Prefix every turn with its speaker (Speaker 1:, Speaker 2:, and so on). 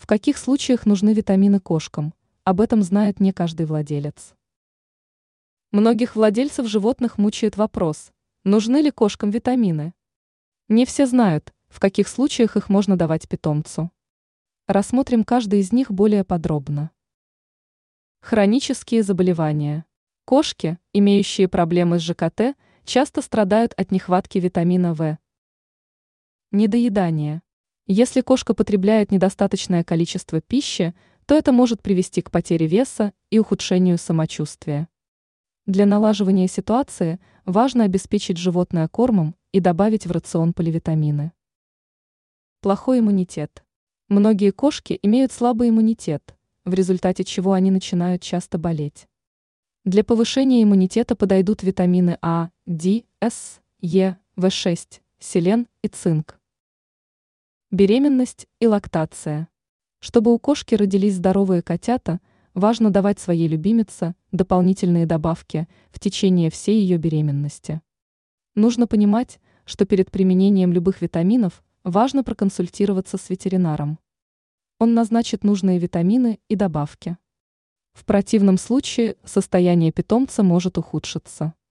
Speaker 1: В каких случаях нужны витамины кошкам? Об этом знает не каждый владелец. Многих владельцев животных мучает вопрос, нужны ли кошкам витамины. Не все знают, в каких случаях их можно давать питомцу. Рассмотрим каждый из них более подробно. Хронические заболевания. Кошки, имеющие проблемы с ЖКТ, часто страдают от нехватки витамина В. Недоедание. Если кошка потребляет недостаточное количество пищи, то это может привести к потере веса и ухудшению самочувствия. Для налаживания ситуации важно обеспечить животное кормом и добавить в рацион поливитамины. Плохой иммунитет. Многие кошки имеют слабый иммунитет, в результате чего они начинают часто болеть. Для повышения иммунитета подойдут витамины А, Д, С, Е, В6, селен и цинк. Беременность и лактация. Чтобы у кошки родились здоровые котята, важно давать своей любимице дополнительные добавки в течение всей ее беременности. Нужно понимать, что перед применением любых витаминов важно проконсультироваться с ветеринаром. Он назначит нужные витамины и добавки. В противном случае состояние питомца может ухудшиться.